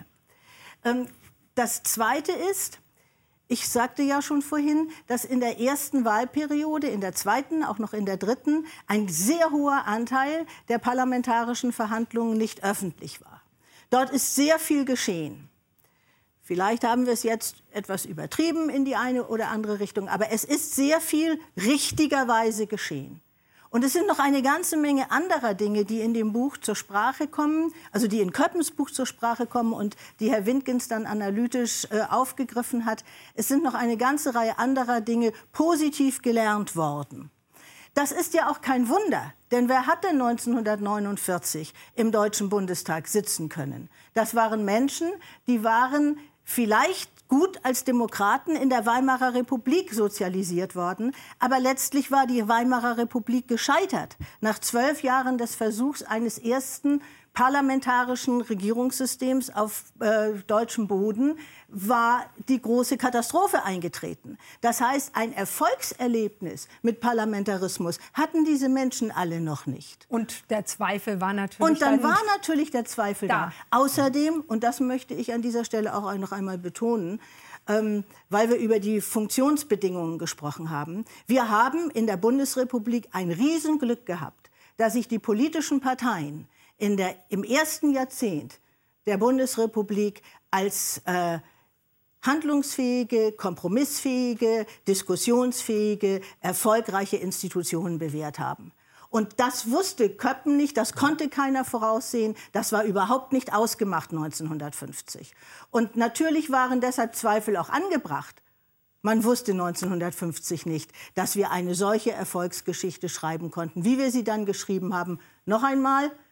Das Zweite ist, ich sagte ja schon vorhin, dass in der ersten Wahlperiode, in der zweiten, auch noch in der dritten, ein sehr hoher Anteil der parlamentarischen Verhandlungen nicht öffentlich war. Dort ist sehr viel geschehen. Vielleicht haben wir es jetzt etwas übertrieben in die eine oder andere Richtung, aber es ist sehr viel richtigerweise geschehen. Und es sind noch eine ganze Menge anderer Dinge, die in dem Buch zur Sprache kommen, also die in Köppens Buch zur Sprache kommen und die Herr Winkens dann analytisch aufgegriffen hat. Es sind noch eine ganze Reihe anderer Dinge positiv gelernt worden. Das ist ja auch kein Wunder, denn wer hat denn 1949 im Deutschen Bundestag sitzen können? Das waren Menschen, die waren vielleicht gut als Demokraten in der Weimarer Republik sozialisiert worden. Aber letztlich war die Weimarer Republik gescheitert. Nach 12 Jahren des Versuchs eines ersten parlamentarischen Regierungssystems auf deutschem Boden war die große Katastrophe eingetreten. Das heißt, ein Erfolgserlebnis mit Parlamentarismus hatten diese Menschen alle noch nicht. Und der Zweifel war natürlich Und dann war natürlich der Zweifel da. Da. Außerdem, und das möchte ich an dieser Stelle auch noch einmal betonen, weil wir über die Funktionsbedingungen gesprochen haben. Wir haben in der Bundesrepublik ein Riesenglück gehabt, dass sich die politischen Parteien im ersten Jahrzehnt der Bundesrepublik als handlungsfähige, kompromissfähige, diskussionsfähige, erfolgreiche Institutionen bewährt haben. Und das wusste Köppen nicht, das konnte keiner voraussehen, das war überhaupt nicht ausgemacht 1950. Und natürlich waren deshalb Zweifel auch angebracht. Man wusste 1950 nicht, dass wir eine solche Erfolgsgeschichte schreiben konnten, wie wir sie dann geschrieben haben. Noch einmal,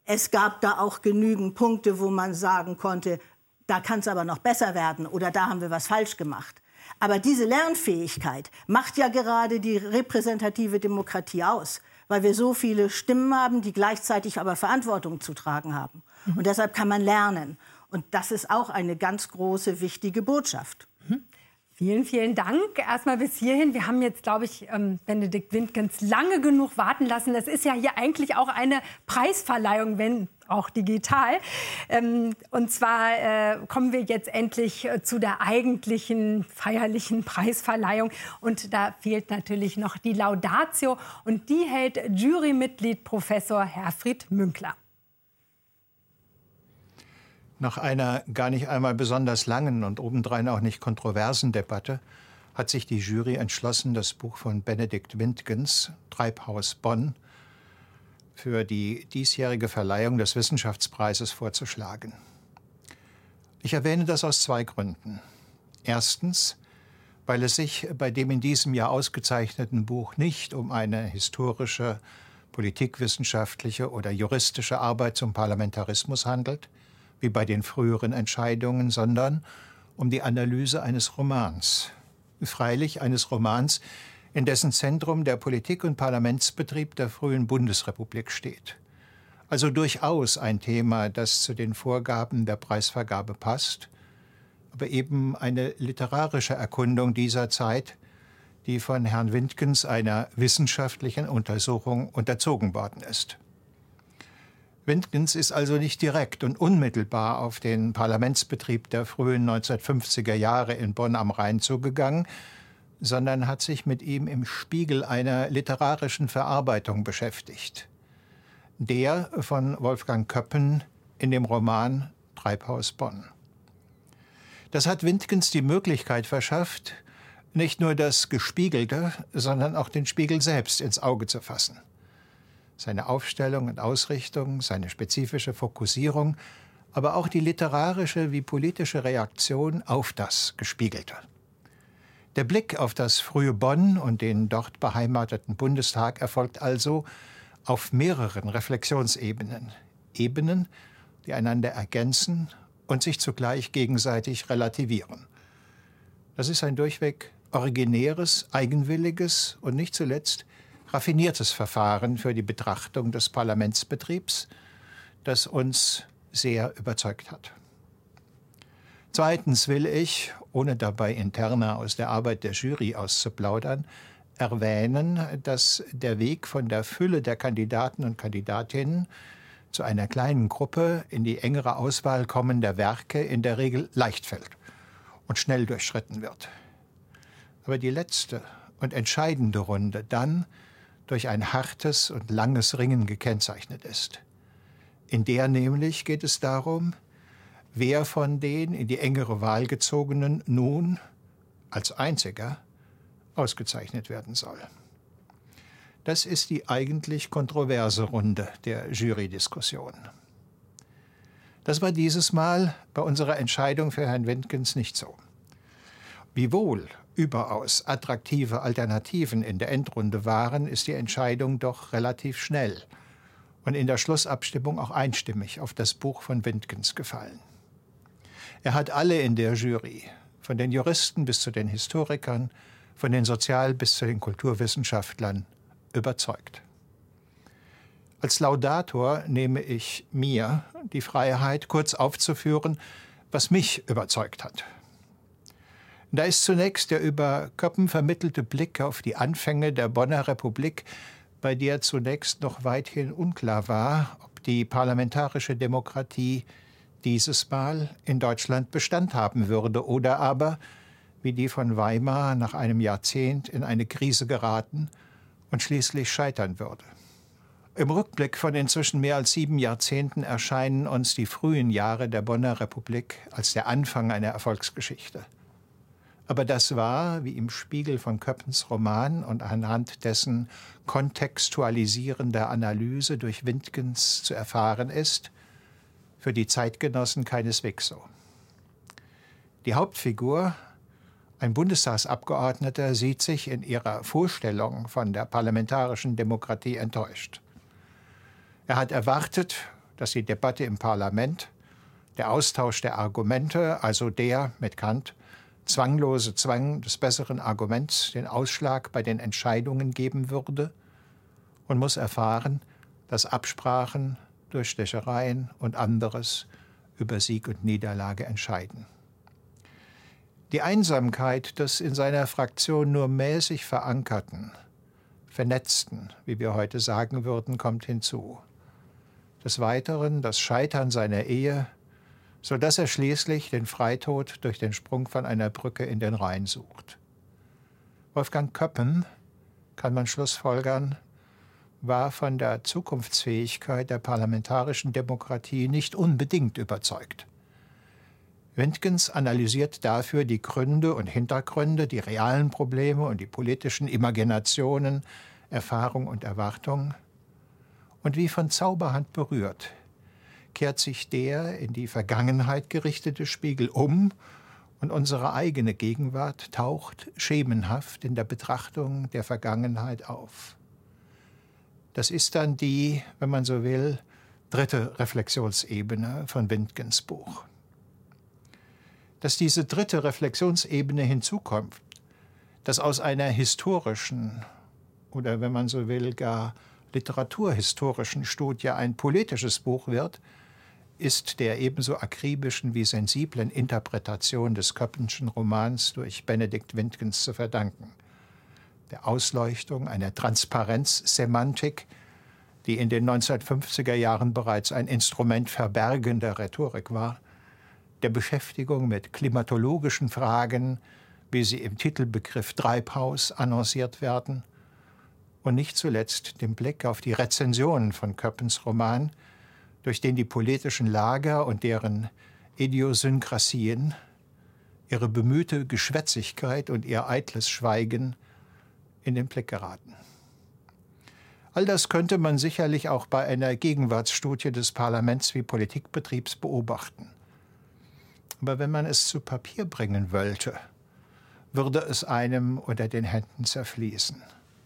Es gab da auch genügend Punkte, wo man sagen konnte, da kann es aber noch besser werden oder da haben wir was falsch gemacht. Aber diese Lernfähigkeit macht ja gerade die repräsentative Demokratie aus, weil wir so viele Stimmen haben, die gleichzeitig aber Verantwortung zu tragen haben. Und deshalb kann man lernen. Und das ist auch eine ganz große, wichtige Botschaft. Vielen, vielen Dank. Erstmal bis hierhin. Wir haben jetzt, glaube ich, Benedikt Wintgens lange genug warten lassen. Das ist ja hier eigentlich auch eine Preisverleihung, wenn auch digital. Und zwar kommen wir jetzt endlich zu der eigentlichen feierlichen Preisverleihung. Und da fehlt natürlich noch die Laudatio. Und die hält Jurymitglied Professor Herfried Münkler. Nach einer gar nicht einmal besonders langen und obendrein auch nicht kontroversen Debatte hat sich die Jury entschlossen, das Buch von Benedikt Wintgens, Treibhaus Bonn, für die diesjährige Verleihung des Wissenschaftspreises vorzuschlagen. Ich erwähne das aus 2 Gründen. Erstens, weil es sich bei dem in diesem Jahr ausgezeichneten Buch nicht um eine historische, politikwissenschaftliche oder juristische Arbeit zum Parlamentarismus handelt, wie bei den früheren Entscheidungen, sondern um die Analyse eines Romans. Freilich eines Romans, in dessen Zentrum der Politik- und Parlamentsbetrieb der frühen Bundesrepublik steht. Also durchaus ein Thema, das zu den Vorgaben der Preisvergabe passt, aber eben eine literarische Erkundung dieser Zeit, die von Herrn Wintgens einer wissenschaftlichen Untersuchung unterzogen worden ist. Wintgens ist also nicht direkt und unmittelbar auf den Parlamentsbetrieb der frühen 1950er Jahre in Bonn am Rhein zugegangen, sondern hat sich mit ihm im Spiegel einer literarischen Verarbeitung beschäftigt. Der von Wolfgang Köppen in dem Roman Treibhaus Bonn. Das hat Wintgens die Möglichkeit verschafft, nicht nur das Gespiegelte, sondern auch den Spiegel selbst ins Auge zu fassen. Seine Aufstellung und Ausrichtung, seine spezifische Fokussierung, aber auch die literarische wie politische Reaktion auf das Gespiegelte. Der Blick auf das frühe Bonn und den dort beheimateten Bundestag erfolgt also auf mehreren Reflexionsebenen. Ebenen, die einander ergänzen und sich zugleich gegenseitig relativieren. Das ist ein durchweg originäres, eigenwilliges und nicht zuletzt raffiniertes Verfahren für die Betrachtung des Parlamentsbetriebs, das uns sehr überzeugt hat. Zweitens will ich, ohne dabei interner aus der Arbeit der Jury auszuplaudern, erwähnen, dass der Weg von der Fülle der Kandidaten und Kandidatinnen zu einer kleinen Gruppe in die engere Auswahl kommender Werke in der Regel leicht fällt und schnell durchschritten wird. Aber die letzte und entscheidende Runde dann durch ein hartes und langes Ringen gekennzeichnet ist. In der nämlich geht es darum, wer von den in die engere Wahl gezogenen nun als einziger ausgezeichnet werden soll. Das ist die eigentlich kontroverse Runde der Jurydiskussion. Das war dieses Mal bei unserer Entscheidung für Herrn Wintgens nicht so. Wiewohl überaus attraktive Alternativen in der Endrunde waren, ist die Entscheidung doch relativ schnell und in der Schlussabstimmung auch einstimmig auf das Buch von Wintgens gefallen. Er hat alle in der Jury, von den Juristen bis zu den Historikern, von den Sozial- bis zu den Kulturwissenschaftlern, überzeugt. Als Laudator nehme ich mir die Freiheit, kurz aufzuführen, was mich überzeugt hat. Da ist zunächst der über Köppen vermittelte Blick auf die Anfänge der Bonner Republik, bei der zunächst noch weithin unklar war, ob die parlamentarische Demokratie dieses Mal in Deutschland Bestand haben würde oder aber, wie die von Weimar, nach einem Jahrzehnt in eine Krise geraten und schließlich scheitern würde. Im Rückblick von inzwischen mehr als 7 Jahrzehnten erscheinen uns die frühen Jahre der Bonner Republik als der Anfang einer Erfolgsgeschichte. Aber das war, wie im Spiegel von Köppens Roman und anhand dessen kontextualisierender Analyse durch Wintgens zu erfahren ist, für die Zeitgenossen keineswegs so. Die Hauptfigur, ein Bundestagsabgeordneter, sieht sich in ihrer Vorstellung von der parlamentarischen Demokratie enttäuscht. Er hat erwartet, dass die Debatte im Parlament, der Austausch der Argumente, also der mit Kant zwanglose Zwang des besseren Arguments, den Ausschlag bei den Entscheidungen geben würde, und muss erfahren, dass Absprachen, Durchstechereien und anderes über Sieg und Niederlage entscheiden. Die Einsamkeit des in seiner Fraktion nur mäßig verankerten, vernetzten, wie wir heute sagen würden, kommt hinzu. Des Weiteren das Scheitern seiner Ehe, so dass er schließlich den Freitod durch den Sprung von einer Brücke in den Rhein sucht. Wolfgang Köppen, kann man schlussfolgern, war von der Zukunftsfähigkeit der parlamentarischen Demokratie nicht unbedingt überzeugt. Wintgens analysiert dafür die Gründe und Hintergründe, die realen Probleme und die politischen Imaginationen, Erfahrung und Erwartung. Und wie von Zauberhand berührt, kehrt sich der in die Vergangenheit gerichtete Spiegel um und unsere eigene Gegenwart taucht schemenhaft in der Betrachtung der Vergangenheit auf. Das ist dann die, wenn man so will, dritte Reflexionsebene von Wintgens Buch. Dass diese dritte Reflexionsebene hinzukommt, dass aus einer historischen oder, wenn man so will, gar literaturhistorischen Studie ein politisches Buch wird, ist der ebenso akribischen wie sensiblen Interpretation des Köppenschen Romans durch Benedikt Wintgens zu verdanken. Der Ausleuchtung einer Transparenzsemantik, die in den 1950er Jahren bereits ein Instrument verbergender Rhetorik war, der Beschäftigung mit klimatologischen Fragen, wie sie im Titelbegriff Treibhaus annonciert werden, und nicht zuletzt dem Blick auf die Rezensionen von Köppens Roman, durch den die politischen Lager und deren Idiosynkrasien, ihre bemühte Geschwätzigkeit und ihr eitles Schweigen in den Blick geraten. All das könnte man sicherlich auch bei einer Gegenwartsstudie des Parlaments wie Politikbetriebs beobachten. Aber wenn man es zu Papier bringen wollte, würde es einem unter den Händen zerfließen.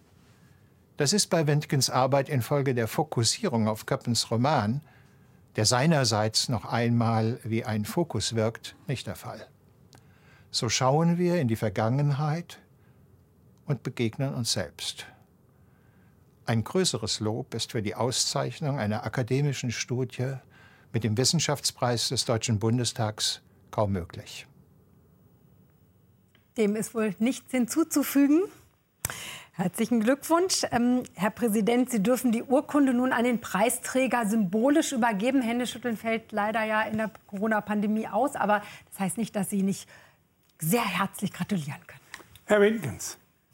Das ist bei Wintgens Arbeit infolge der Fokussierung auf Köppens Roman, der seinerseits noch einmal wie ein Fokus wirkt, nicht der Fall. So schauen wir in die Vergangenheit und begegnen uns selbst. Ein größeres Lob ist für die Auszeichnung einer akademischen Studie mit dem Wissenschaftspreis des Deutschen Bundestags kaum möglich. Dem ist wohl nichts hinzuzufügen. Herzlichen Glückwunsch. Herr Präsident, Sie dürfen die Urkunde nun an den Preisträger symbolisch übergeben. Händeschütteln fällt leider ja in der Corona-Pandemie aus. Aber das heißt nicht, dass Sie nicht sehr herzlich gratulieren können. Herr Wintgens,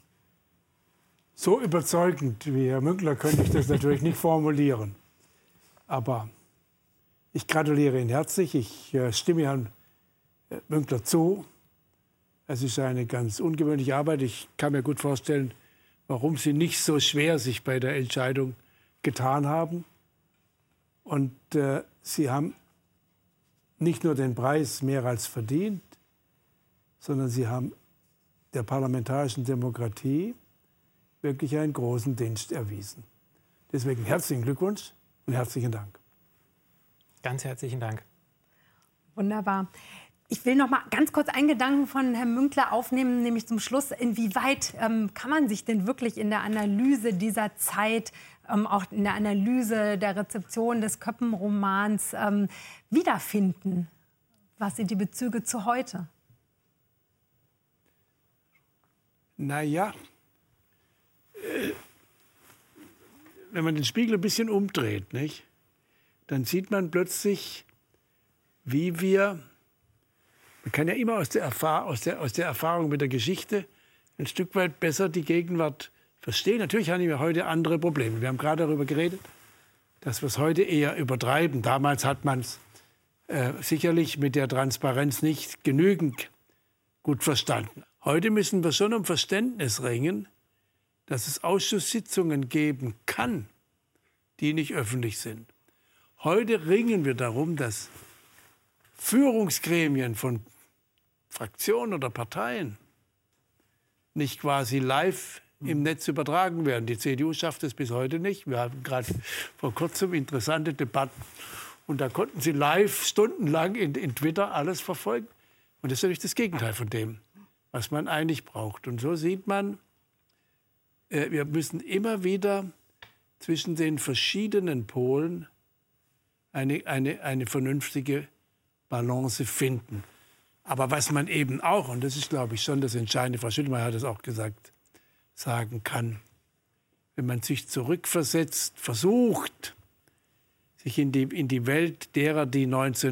so überzeugend wie Herr Münkler könnte ich das natürlich nicht formulieren. Aber ich gratuliere Ihnen herzlich. Ich stimme Herrn Münkler zu. Es ist eine ganz ungewöhnliche Arbeit. Ich kann mir gut vorstellen, warum Sie nicht so schwer sich bei der Entscheidung getan haben. Und Sie haben nicht nur den Preis mehr als verdient, sondern Sie haben der parlamentarischen Demokratie wirklich einen großen Dienst erwiesen. Deswegen herzlichen Glückwunsch und herzlichen Dank. Ganz herzlichen Dank. Wunderbar. Ich will noch mal ganz kurz einen Gedanken von Herrn Münkler aufnehmen, nämlich zum Schluss. Inwieweit kann man sich denn wirklich in der Analyse dieser Zeit, auch in der Analyse der Rezeption des Köppen-Romans wiederfinden? Was sind die Bezüge zu heute? Naja, wenn man den Spiegel ein bisschen umdreht, nicht, dann sieht man plötzlich, wie wir, man kann ja immer aus der Erfahrung mit der Geschichte ein Stück weit besser die Gegenwart verstehen. Natürlich haben wir heute andere Probleme. Wir haben gerade darüber geredet, dass wir es heute eher übertreiben. Damals hat man es sicherlich mit der Transparenz nicht genügend gut verstanden. Heute müssen wir schon um Verständnis ringen, dass es Ausschusssitzungen geben kann, die nicht öffentlich sind. Heute ringen wir darum, dass Führungsgremien von Fraktionen oder Parteien nicht quasi live im Netz übertragen werden. Die CDU schafft es bis heute nicht. Wir hatten gerade vor kurzem interessante Debatten Und da konnten Sie live stundenlang in Twitter alles verfolgen. Und das ist natürlich das Gegenteil von dem, was man eigentlich braucht. Und so sieht man, wir müssen immer wieder zwischen den verschiedenen Polen eine vernünftige Balance finden. Aber was man eben auch, und das ist, glaube ich, schon das Entscheidende, Frau Schüttelmeier hat es auch gesagt, sagen kann, wenn man sich zurückversetzt, versucht, sich in die Welt derer, die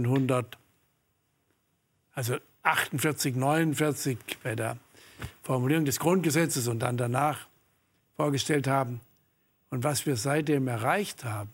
1948, 49 bei der Formulierung des Grundgesetzes und dann danach vorgestellt haben und was wir seitdem erreicht haben,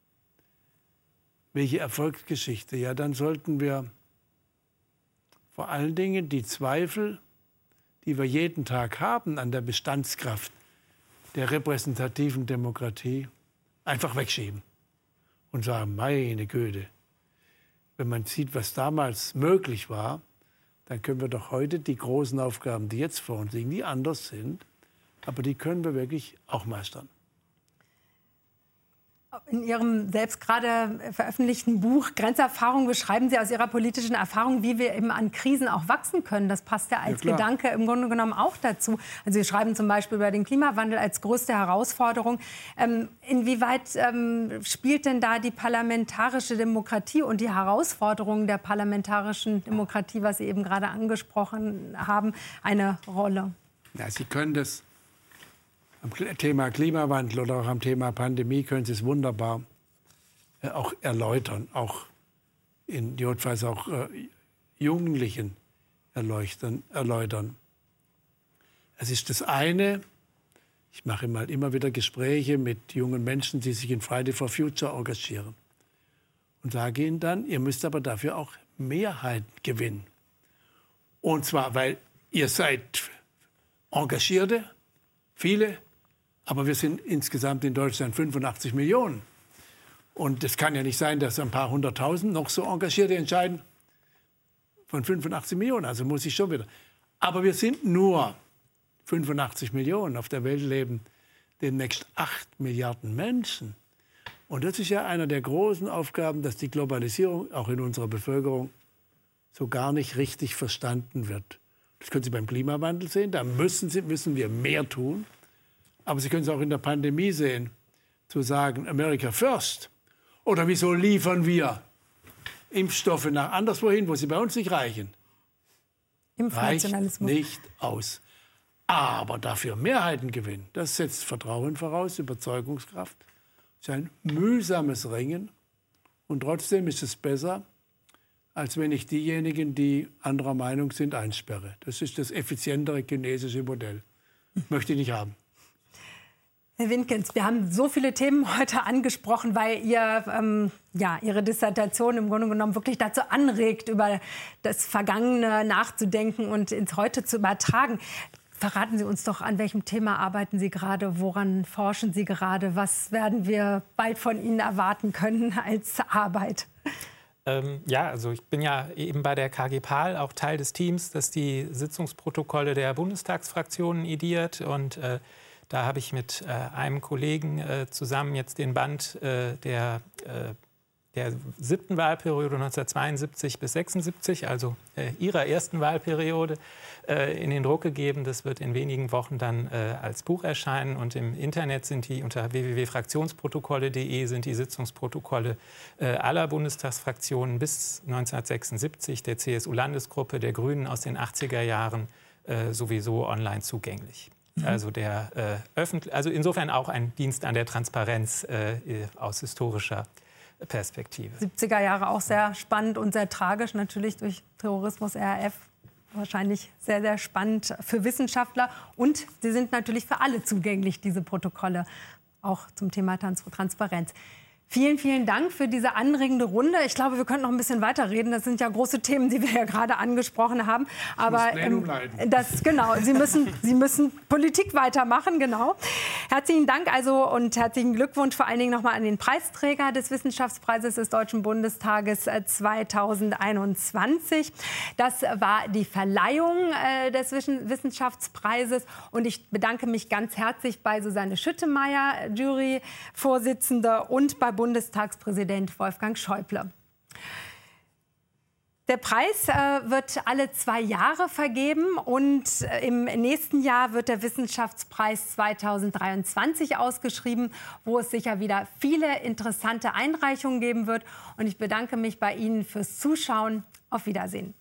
welche Erfolgsgeschichte, ja, dann sollten wir vor allen Dingen die Zweifel, die wir jeden Tag haben an der Bestandskraft der repräsentativen Demokratie, einfach wegschieben und sagen, meine Güte, wenn man sieht, was damals möglich war, dann können wir doch heute die großen Aufgaben, die jetzt vor uns liegen, die anders sind, aber die können wir wirklich auch meistern. In Ihrem selbst gerade veröffentlichten Buch Grenzerfahrung beschreiben Sie aus Ihrer politischen Erfahrung, wie wir eben an Krisen auch wachsen können. Das passt ja als Gedanke im Grunde genommen auch dazu. Also Sie schreiben zum Beispiel über den Klimawandel als größte Herausforderung. Inwieweit spielt denn da die parlamentarische Demokratie und die Herausforderungen der parlamentarischen Demokratie, was Sie eben gerade angesprochen haben, eine Rolle? Ja, Sie können das am Thema Klimawandel oder auch am Thema Pandemie können Sie es wunderbar auch erläutern, auch in notfalls auch Jugendlichen erläutern. Es ist das eine, ich mache immer wieder Gespräche mit jungen Menschen, die sich in Friday for Future engagieren und sage ihnen dann, ihr müsst aber dafür auch Mehrheiten gewinnen. Und zwar, weil ihr seid Engagierte, viele, aber wir sind insgesamt in Deutschland 85 Millionen. Und es kann ja nicht sein, dass ein paar hunderttausend noch so Engagierte entscheiden von 85 Millionen. Also muss ich schon wieder. Aber wir sind nur 85 Millionen. Auf der Welt leben demnächst 8 Milliarden Menschen. Und das ist ja einer der großen Aufgaben, dass die Globalisierung auch in unserer Bevölkerung so gar nicht richtig verstanden wird. Das können Sie beim Klimawandel sehen. Da müssen wir mehr tun. Aber Sie können es auch in der Pandemie sehen, zu sagen, America first. Oder wieso liefern wir Impfstoffe nach anderswohin, wo sie bei uns nicht reichen? Reicht nicht aus. Aber dafür Mehrheiten gewinnen, das setzt Vertrauen voraus, Überzeugungskraft. Es ist ein mühsames Ringen. Und trotzdem ist es besser, als wenn ich diejenigen, die anderer Meinung sind, einsperre. Das ist das effizientere chinesische Modell. Möchte ich nicht haben. Herr Winkens, wir haben so viele Themen heute angesprochen, weil Ihre Dissertation im Grunde genommen wirklich dazu anregt, über das Vergangene nachzudenken und ins Heute zu übertragen. Verraten Sie uns doch, an welchem Thema arbeiten Sie gerade, woran forschen Sie gerade, was werden wir bald von Ihnen erwarten können als Arbeit? Also ich bin ja eben bei der KG PAL auch Teil des Teams, das die Sitzungsprotokolle der Bundestagsfraktionen ediert und da habe ich mit einem Kollegen zusammen jetzt den Band der 7. Wahlperiode 1972 bis 76, also Ihrer ersten Wahlperiode, in den Druck gegeben. Das wird in wenigen Wochen dann als Buch erscheinen. Und im Internet sind die unter www.fraktionsprotokolle.de sind die Sitzungsprotokolle aller Bundestagsfraktionen bis 1976, der CSU-Landesgruppe, der Grünen aus den 80er Jahren sowieso online zugänglich. Also also insofern auch ein Dienst an der Transparenz aus historischer Perspektive. 70er Jahre auch sehr spannend und sehr tragisch, natürlich durch Terrorismus, RAF. Wahrscheinlich sehr, sehr spannend für Wissenschaftler. Und sie sind natürlich für alle zugänglich, diese Protokolle, auch zum Thema Transparenz. Vielen, vielen Dank für diese anregende Runde. Ich glaube, wir könnten noch ein bisschen weiterreden. Das sind ja große Themen, die wir ja gerade angesprochen haben. Aber Sie müssen Politik weitermachen, genau. Herzlichen Dank und herzlichen Glückwunsch vor allen Dingen nochmal an den Preisträger des Wissenschaftspreises des Deutschen Bundestages 2021. Das war die Verleihung des Wissenschaftspreises. Und ich bedanke mich ganz herzlich bei Susanne Schüttemeier, Juryvorsitzende, und bei Bundestagspräsident Wolfgang Schäuble. Der Preis wird alle 2 Jahre vergeben und im nächsten Jahr wird der Wissenschaftspreis 2023 ausgeschrieben, wo es sicher wieder viele interessante Einreichungen geben wird. Und ich bedanke mich bei Ihnen fürs Zuschauen. Auf Wiedersehen.